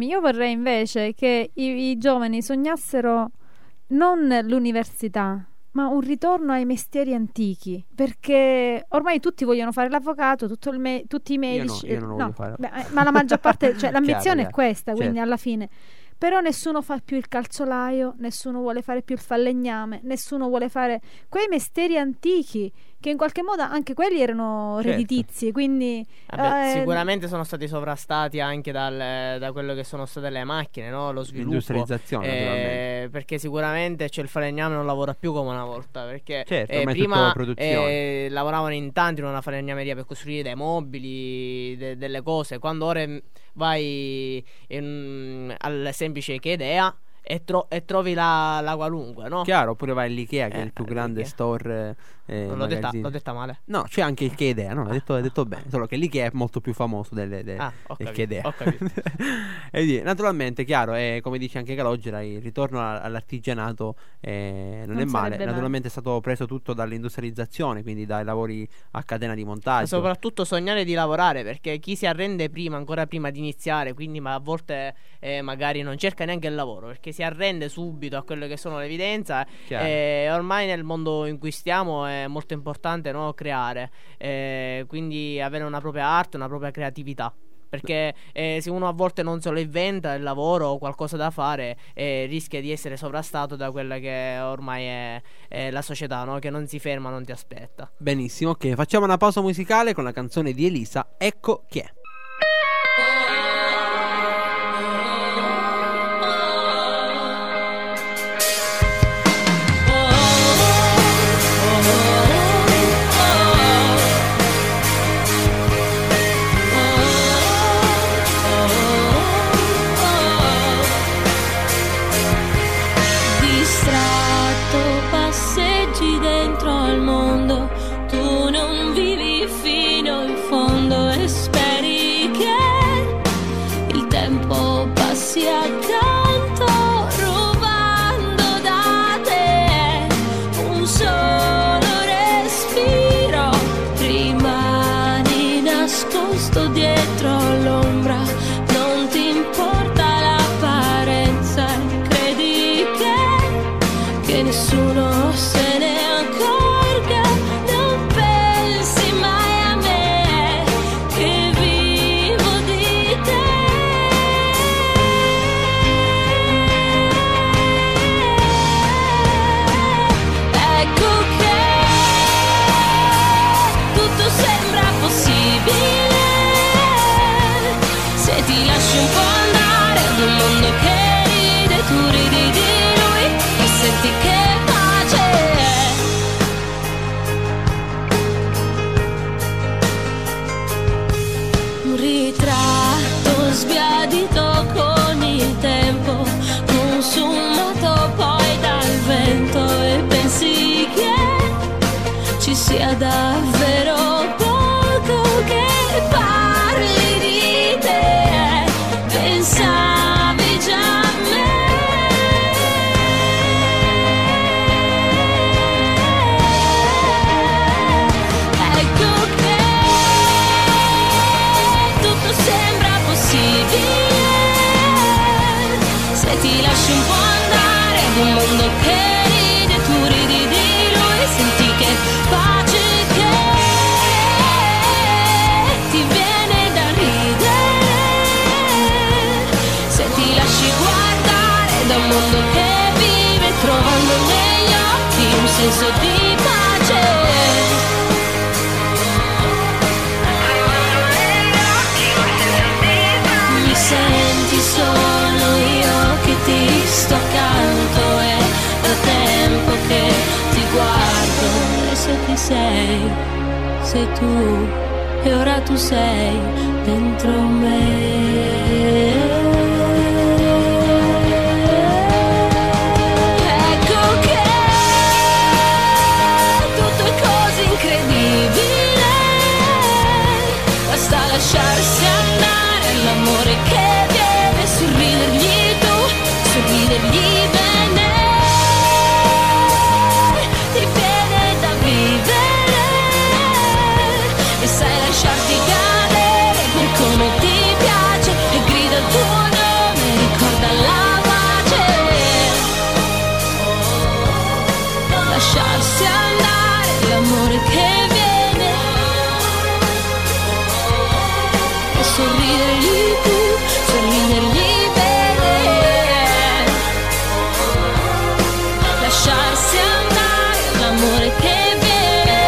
invece che i giovani sognassero non l'università, ma un ritorno ai mestieri antichi, perché ormai tutti vogliono fare l'avvocato, tutti i medici. Io non lo voglio fare. Ma la maggior parte, cioè l'ambizione chiaro, è questa, quindi certo. alla fine. Però nessuno fa più il calzolaio, nessuno vuole fare più il falegname, nessuno vuole fare quei mestieri antichi che in qualche modo anche quelli erano redditizi, quindi sicuramente sono stati sovrastati anche da quello che sono state le macchine, no? Lo sviluppo, l'industrializzazione, naturalmente. Perché sicuramente il falegname non lavora più come una volta, perché prima lavoravano in tanti in una falegnameria per costruire dei mobili, delle cose. Quando ora vai al semplice Ikea e trovi la qualunque, no? Chiaro, oppure vai all'Ikea che è il più grande store. Non l'ho detta male. No, c'è anche il Chiedea, no? L'ho detto bene. Solo che l'Ikea è molto più famoso del Chiedea. Ho capito. E naturalmente, chiaro, come dice anche Calogera, il ritorno all'artigianato non è male. Naturalmente è stato preso tutto dall'industrializzazione, quindi dai lavori a catena di montaggio. Ma soprattutto sognare di lavorare, perché chi si arrende ancora prima di iniziare, quindi ma a volte magari non cerca neanche il lavoro, perché si arrende subito a quelle che sono le evidenze. Ormai nel mondo in cui stiamo è molto importante, no? Creare, quindi avere una propria arte, una propria creatività. Perché se uno a volte non se lo inventa il lavoro o qualcosa da fare, rischia di essere sovrastato da quella che ormai è la società, no? Che non si ferma, non ti aspetta. Benissimo, ok, facciamo una pausa musicale con la canzone di Elisa, Ecco chi è. sia davvero poco che parli di te, pensavi già a me. Ecco che tutto sembra possibile se ti lasci un po' andare ad un mondo che ride, tu ridi di lui, senti che pace che ti viene da ridere, sei tu, e ora tu sei dentro me. Lasciarsi andare all'amore che viene, sorridergli tu, sorridergli bene, ti viene da vivere e sai lasciarti cadere per come ti piace e grida il tuo nome, ricorda la pace, lasciarsi andare all'amore che viene. Sorridergli tu, sorridergli bene, lasciarsi andare all'amore che viene,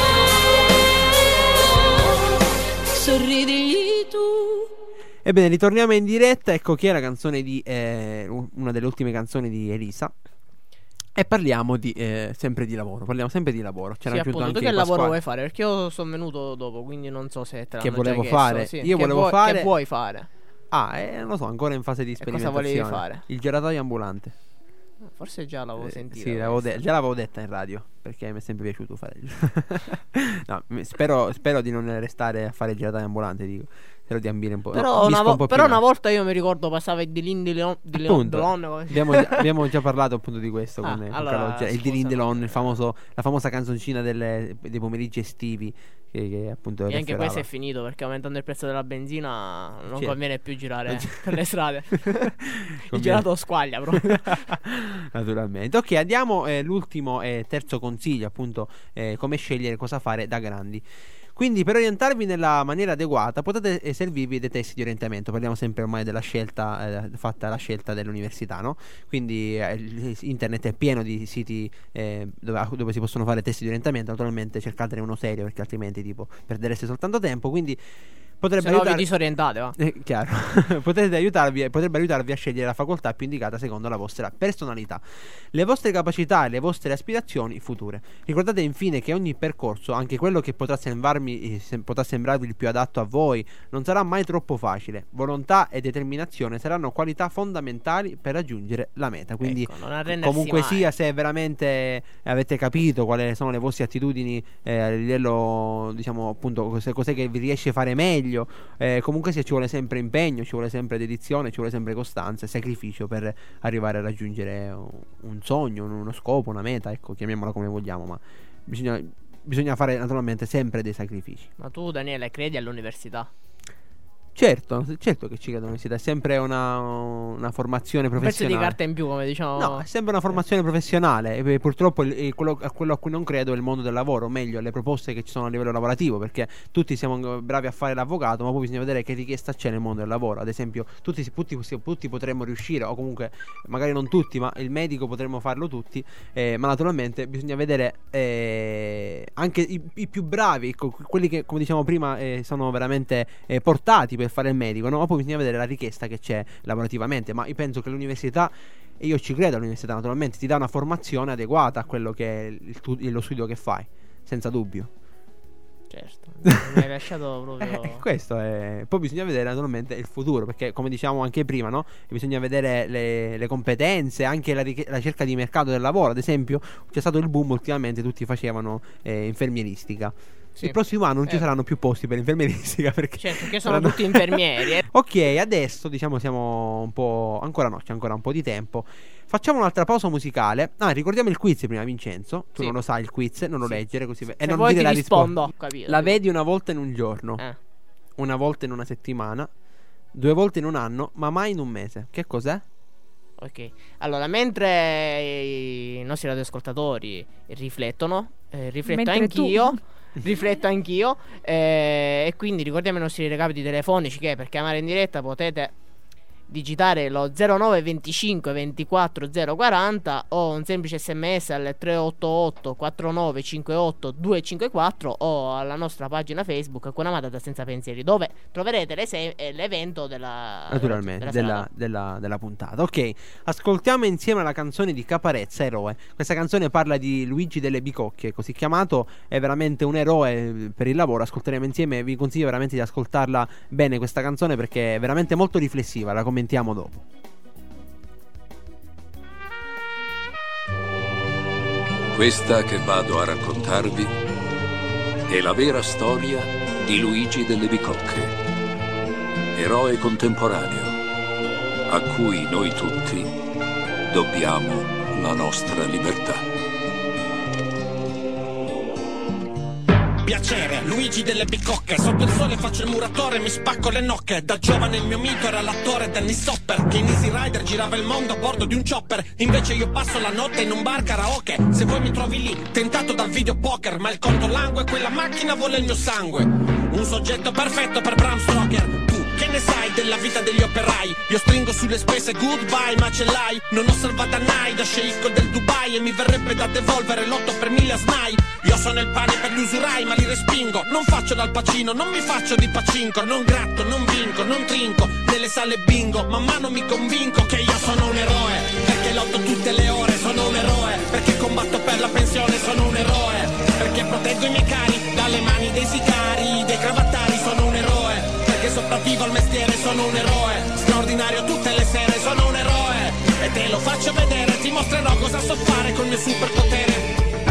sorridergli tu. Ebbene, ritorniamo in diretta. Ecco chi è la canzone di una delle ultime canzoni di Elisa. E parliamo di sempre di lavoro. Parliamo sempre di lavoro. C'era sì, aggiunto appunto, anche tu che lavoro Pasquale. vuoi fare? Perché io sono venuto dopo, quindi non so se te l'hanno Che volevo già chiesto, fare? sì. Io volevo fare. Che vuoi fare? Non lo so, ancora in fase di E cosa sperimentazione. volevi fare? Il gelataio ambulante. Forse già l'avevo sentito. Sì, già l'avevo detta in radio, perché mi è sempre piaciuto fare il no, spero di non restare a fare il gelataio ambulante, dico. Spero di ambire un po'. Però, una volta io mi ricordo passava il Dilin Dilon, abbiamo già parlato appunto di questo con allora, il Dilin Dilon, la famosa canzoncina dei pomeriggi estivi che appunto e anche referava. questo è finito perché aumentando il prezzo della benzina non Certo. conviene più girare per le strade. Il gelato squaglia proprio. Naturalmente. Ok, andiamo l'ultimo e terzo consiglio, appunto, come scegliere cosa fare da grandi. Quindi per orientarvi nella maniera adeguata potete servirvi dei test di orientamento. Parliamo sempre ormai della scelta fatta la scelta dell'università, no? Quindi internet è pieno di siti dove si possono fare test di orientamento. Naturalmente cercatene uno serio, perché altrimenti tipo perdereste soltanto tempo. Quindi potrebbe se no vi aiutarvi. disorientate, va? Chiaro. Potrebbe aiutarvi a scegliere la facoltà più indicata secondo la vostra personalità, le vostre capacità e le vostre aspirazioni future. Ricordate infine che ogni percorso, anche quello che potrà sembrarvi il più adatto a voi, non sarà mai troppo facile. Volontà e determinazione saranno qualità fondamentali per raggiungere la meta. Quindi comunque mai. sia, se veramente avete capito quali sono le vostre attitudini a livello, diciamo, appunto, cos'è che vi riesce a fare meglio, comunque sia, ci vuole sempre impegno, ci vuole sempre dedizione, ci vuole sempre costanza e sacrificio per arrivare a raggiungere un sogno, uno scopo, una meta, ecco, chiamiamola come vogliamo, ma bisogna fare naturalmente sempre dei sacrifici. Ma tu, Daniele, credi all'università? Certo che ci credo all'università, è sempre una formazione professionale. Un pezzo di carta in più, come diciamo. No, è sempre una formazione professionale. E purtroppo quello a cui non credo è il mondo del lavoro, o meglio, le proposte che ci sono a livello lavorativo, perché tutti siamo bravi a fare l'avvocato, ma poi bisogna vedere che richiesta c'è nel mondo del lavoro. Ad esempio, tutti potremmo riuscire, o comunque magari non tutti, ma il medico potremmo farlo tutti, ma naturalmente bisogna vedere anche i più bravi, quelli che, come diciamo prima, sono veramente portati per fare il medico, no? Ma poi bisogna vedere la richiesta che c'è lavorativamente. Ma io penso che l'università, e io ci credo all'università, naturalmente ti dà una formazione adeguata a quello che è lo studio che fai, senza dubbio. Certo, mi hai lasciato proprio questo è. Poi bisogna vedere naturalmente il futuro, perché come diciamo anche prima, no? Bisogna vedere le competenze, anche la ricerca di mercato del lavoro. Ad esempio c'è stato il boom ultimamente, tutti facevano infermieristica. Sì. Il prossimo anno non ci saranno più posti per infermieristica, perché certo che sono tutti infermieri. Ok, adesso diciamo siamo un po', ancora no, c'è ancora un po' di tempo. Facciamo un'altra pausa musicale. Ricordiamo il quiz prima, Vincenzo. Tu non lo sai il quiz, non lo leggere così. E non dire la risposta. La vedi una volta in un giorno, una volta in una settimana, 2 volte in un anno, ma mai in un mese. Che cos'è? Ok, allora mentre i nostri radioascoltatori riflettono, rifletto anch'io e quindi ricordiamo i nostri recapiti telefonici che per chiamare in diretta potete digitare lo 0925 24 040 o un semplice sms al 388 49 58 254 o alla nostra pagina Facebook Hakuna Matata senza pensieri, dove troverete l'evento naturalmente della puntata. Ok, ascoltiamo insieme la canzone di Caparezza, Eroe. Questa canzone parla di Luigi delle Bicocche, così chiamato, è veramente un eroe per il lavoro. Ascolteremo insieme, vi consiglio veramente di ascoltarla bene questa canzone perché è veramente molto riflessiva, la commentiamo dopo. Questa che vado a raccontarvi è la vera storia di Luigi delle Bicocche, eroe contemporaneo a cui noi tutti dobbiamo la nostra libertà. Piacere, Luigi delle Bicocche. Sotto il sole faccio il muratore, mi spacco le nocche. Da giovane il mio mito era l'attore Dennis Hopper, che in Easy Rider girava il mondo a bordo di un chopper. Invece io passo la notte in un bar karaoke. Se vuoi mi trovi lì, tentato dal videopoker, ma il conto langue, quella macchina vuole il mio sangue. Un soggetto perfetto per Bram Stoker. Tu che ne sai della vita degli operai? Io stringo sulle spese goodbye, ma ce l'hai? Non ho salvata Nai da sceicco del Dubai e mi verrebbe da devolvere l'8 per 1000 a SNAI. Io sono il pane per gli usurai, ma li respingo. Non faccio dal Pacino, non mi faccio di pacinco. Non gratto, non vinco, non trinco nelle sale bingo. Man mano mi convinco che io sono un eroe, perché lotto tutte le ore, sono un eroe, perché combatto per la pensione, sono un eroe, perché proteggo i miei cari dalle mani dei sicari, dei cravattari, sono un eroe, perché sopravvivo al mestiere, sono un eroe, straordinario tutte le sere, sono un eroe, e te lo faccio vedere, ti mostrerò cosa so fare col mio superpotere.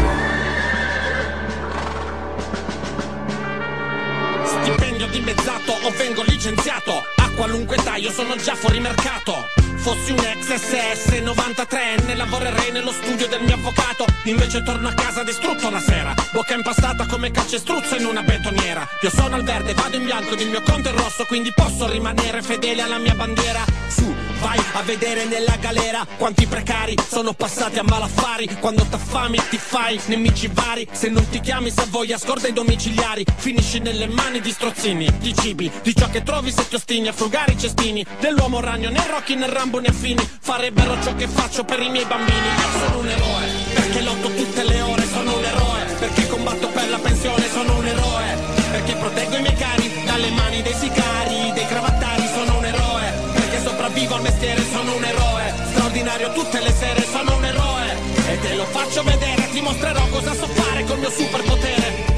Stipendio dimezzato o vengo licenziato, a qualunque età io sono già fuori mercato. Fossi un ex SS 93enne, lavorerei nello studio del mio avvocato. Invece torno a casa distrutto la sera, bocca impastata come calcestruzzo in una betoniera. Io sono al verde, vado in bianco ed il mio conto è rosso, quindi posso rimanere fedele alla mia bandiera. Su, vai a vedere nella galera quanti precari sono passati a malaffari. Quando t'affami ti fai nemici vari, se non ti chiami Savoia scorda i domiciliari. Finisci nelle mani di strozzini, di cibi, di ciò che trovi se ti ostini a frugare i cestini. Dell'uomo ragno né Rocky né Rambo né affini farebbero ciò che faccio per i miei bambini. Io sono un eroe, perché lotto tutte le ore, sono un eroe, perché combatto per la pensione, sono un eroe, perché proteggo i miei cari dalle mani dei sicari, dei cravattari, sono un eroe, perché sopravvivo al mestiere, sono un eroe, straordinario tutte le sere, sono un eroe, e te lo faccio vedere, ti mostrerò cosa so fare col mio superpotere.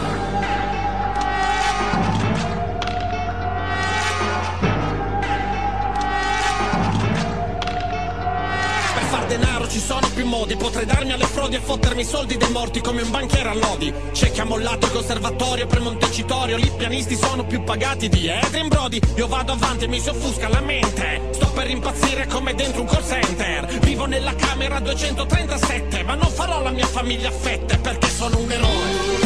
Denaro ci sono più modi, potrei darmi alle frodi e fottermi i soldi dei morti come un banchiere a Lodi. C'è chi ha mollato il conservatorio per Montecitorio, lì i pianisti sono più pagati di Adrien Brody. Io vado avanti e mi si offusca la mente, sto per impazzire come dentro un call center. Vivo nella camera 237, ma non farò la mia famiglia a fette perché sono un eroe.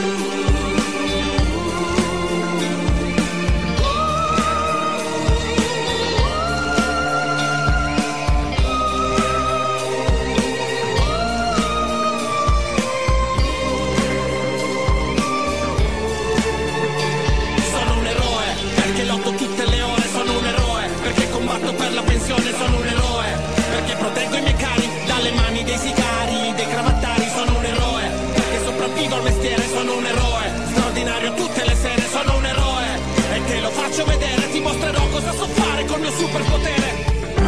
Sono un eroe, perché proteggo i miei cari dalle mani dei sicari, dei cravattari, sono un eroe, perché sopravvivo al mestiere, sono un eroe, straordinario tutte le sere, sono un eroe, e te lo faccio vedere, ti mostrerò cosa so fare col mio superpotere.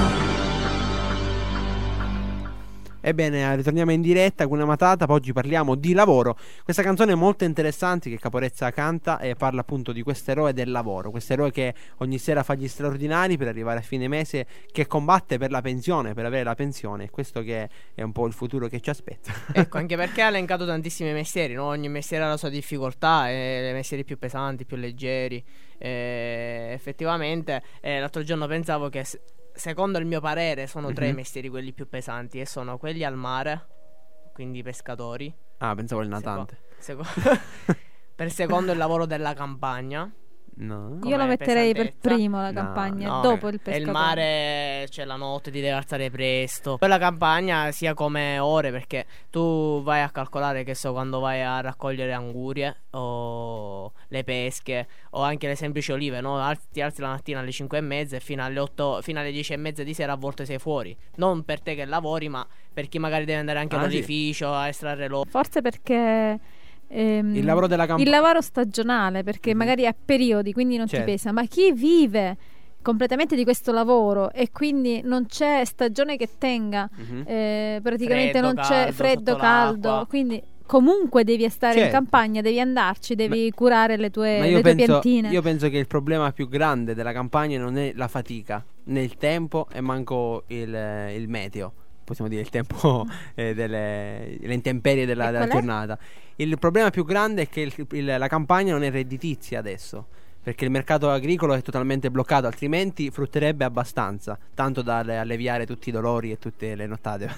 Ebbene, ritorniamo in diretta con una matata. Oggi parliamo di lavoro. Questa canzone è molto interessante che Caparezza canta e parla appunto di quest'eroe del lavoro, quest'eroe che ogni sera fa gli straordinari per arrivare a fine mese, che combatte per la pensione, per avere la pensione. E questo che è un po' il futuro che ci aspetta. Ecco, anche perché ha elencato tantissimi mestieri, no? Ogni mestiere ha la sua difficoltà, e mestieri più pesanti, più leggeri. Effettivamente l'altro giorno pensavo che secondo il mio parere sono tre mestieri quelli più pesanti, e sono quelli al mare, quindi i pescatori. Ah, pensavo il natante. Per secondo il lavoro della campagna. No. Io lo metterei per primo la campagna, dopo il E pescatore. il mare c'è la notte, ti devi alzare presto. Poi la campagna sia come ore, perché tu vai a calcolare che quando vai a raccogliere angurie o le pesche o anche le semplici olive, no? Ti alzi la mattina alle 5:30 e fino alle 8, fino alle 10:30 di sera a volte sei fuori. Non per te che lavori, ma per chi magari deve andare anche all'olificio a estrarre l'olio. Forse perché il lavoro della il lavoro stagionale, perché magari a periodi, quindi non ti pesa. Ma chi vive completamente di questo lavoro e quindi non c'è stagione che tenga, praticamente Freddo, non c'è freddo, sotto caldo, l'acqua. quindi comunque devi stare in campagna, devi andarci, devi curare le tue piantine. Io penso che il problema più grande della campagna non è la fatica, né il tempo e manco il meteo. Possiamo dire il tempo le intemperie della giornata. Il problema più grande è che la campagna non è redditizia adesso, perché il mercato agricolo è totalmente bloccato, altrimenti frutterebbe abbastanza, tanto da alleviare tutti i dolori e tutte le nottate.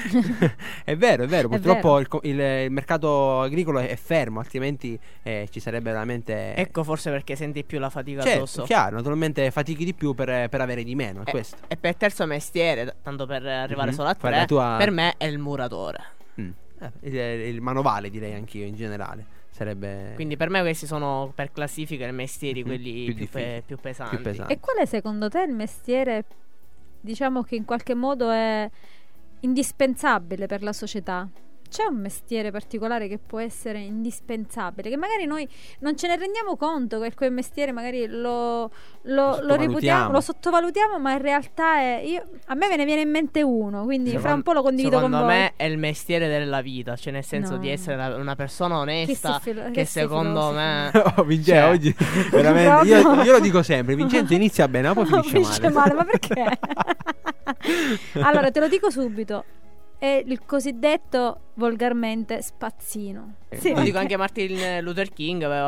È vero, purtroppo il mercato agricolo è fermo, altrimenti ci sarebbe veramente... Ecco, forse perché senti più la fatica addosso. Chiaro, naturalmente fatichi di più per avere di meno, è questo. E per terzo mestiere, tanto per arrivare solo a tre, per me è il muratore. Il manovale, direi anch'io in generale. Sarebbe... Quindi per me questi sono per classifica i mestieri quelli più pesanti. E qual è secondo te il mestiere, diciamo, che in qualche modo è indispensabile per la società? C'è un mestiere particolare che può essere indispensabile, che magari noi non ce ne rendiamo conto, che quel mestiere magari lo reputiamo, lo sottovalutiamo, ma in realtà a me ne viene in mente uno, quindi fra un po' lo condivido con voi. Secondo me è il mestiere della vita, cioè nel senso di essere una persona onesta, che secondo me... Vincenzo, oggi veramente io lo dico sempre, Vincenzo inizia bene ma poi finisce male. Ma perché? Allora te lo dico subito, è il cosiddetto volgarmente spazzino. Lo dico anche Martin Luther King aveva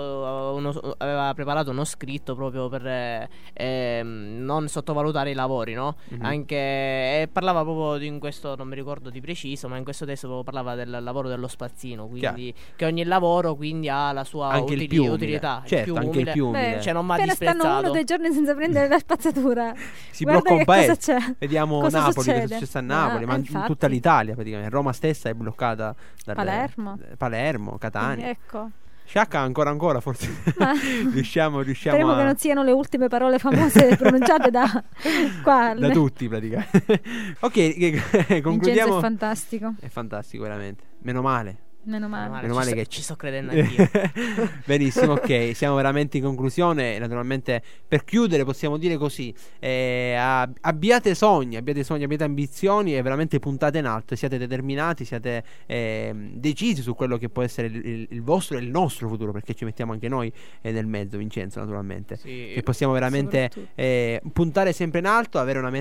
preparato uno scritto proprio per non sottovalutare i lavori, no? Anche parlava proprio in questo, non mi ricordo di preciso, ma in questo testo proprio parlava del lavoro dello spazzino, quindi che ogni lavoro quindi ha la sua utilità. Certo, anche il più umile. Cioè non va appena disprezzato. stanno 1 o 2 giorni senza prendere la spazzatura, si blocca un paese. Cosa c'è? Vediamo cosa Napoli, succede? cosa è successo a Napoli, ma in tutta l'Italia praticamente. Roma stessa è bloccata Palermo, Catania. Ecco. Sciacca ancora forse. riusciamo Speriamo che non siano le ultime parole famose pronunciate da tutti praticamente. Ok, concludiamo. Vincenzo è fantastico. È fantastico veramente. Meno male che ci sto credendo anch'io. Benissimo, ok, siamo veramente in conclusione. Naturalmente per chiudere possiamo dire così, abbiate sogni, abbiate ambizioni e veramente puntate in alto, siate determinati, siate decisi su quello che può essere il vostro e il nostro futuro, perché ci mettiamo anche noi nel mezzo, Vincenzo, naturalmente, che possiamo veramente puntare sempre in alto, avere una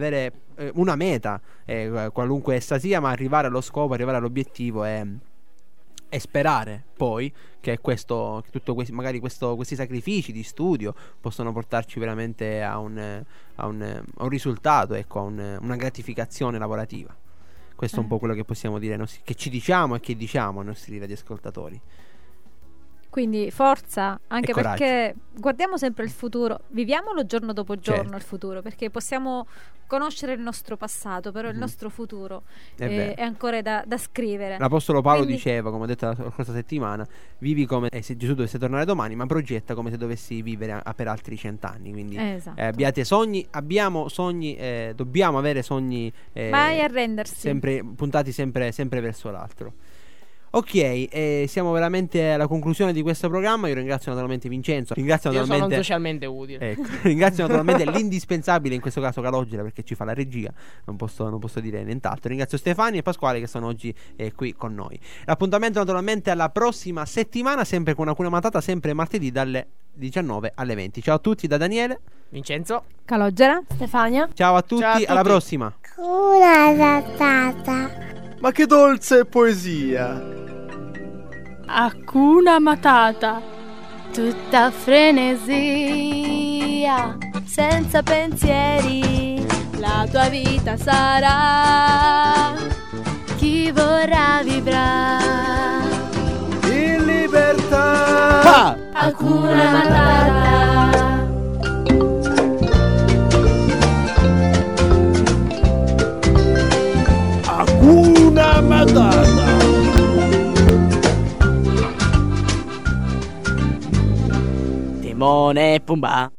meta, qualunque essa sia, ma arrivare allo scopo, arrivare all'obiettivo e sperare poi che magari questi sacrifici di studio possono portarci veramente a un risultato, ecco, a una gratificazione lavorativa. Questo è un po' quello che possiamo dire, che ci diciamo e che diciamo ai nostri radioascoltatori. Quindi forza, anche e perché guardiamo sempre il futuro, viviamolo giorno dopo giorno il futuro, perché possiamo conoscere il nostro passato, però il nostro futuro è ancora da scrivere. L'Apostolo Paolo diceva, come ho detto la scorsa settimana, vivi come se Gesù dovesse tornare domani, ma progetta come se dovessi vivere per altri 100 anni. Quindi abbiate sogni, abbiamo sogni, dobbiamo avere sogni, mai arrendersi, puntati sempre verso l'altro. Ok, siamo veramente alla conclusione di questo programma. Io ringrazio naturalmente Vincenzo. Io sono socialmente utile. Ecco, ringrazio naturalmente l'indispensabile, in questo caso Calogera, perché ci fa la regia. Non posso dire nient'altro. Ringrazio Stefani e Pasquale che sono oggi qui con noi. L'appuntamento naturalmente alla prossima settimana, sempre con Hakuna Matata, sempre martedì dalle 19 alle 20. Ciao a tutti da Daniele, Vincenzo, Calogera, Stefania. Ciao a tutti, alla prossima. Hakuna Matata. Ma che dolce poesia! Hakuna Matata. Tutta frenesia, senza pensieri, la tua vita sarà. Chi vorrà vivrà in libertà. Matata! Hakuna Matata. Hakuna Matata. Timone e Pumba.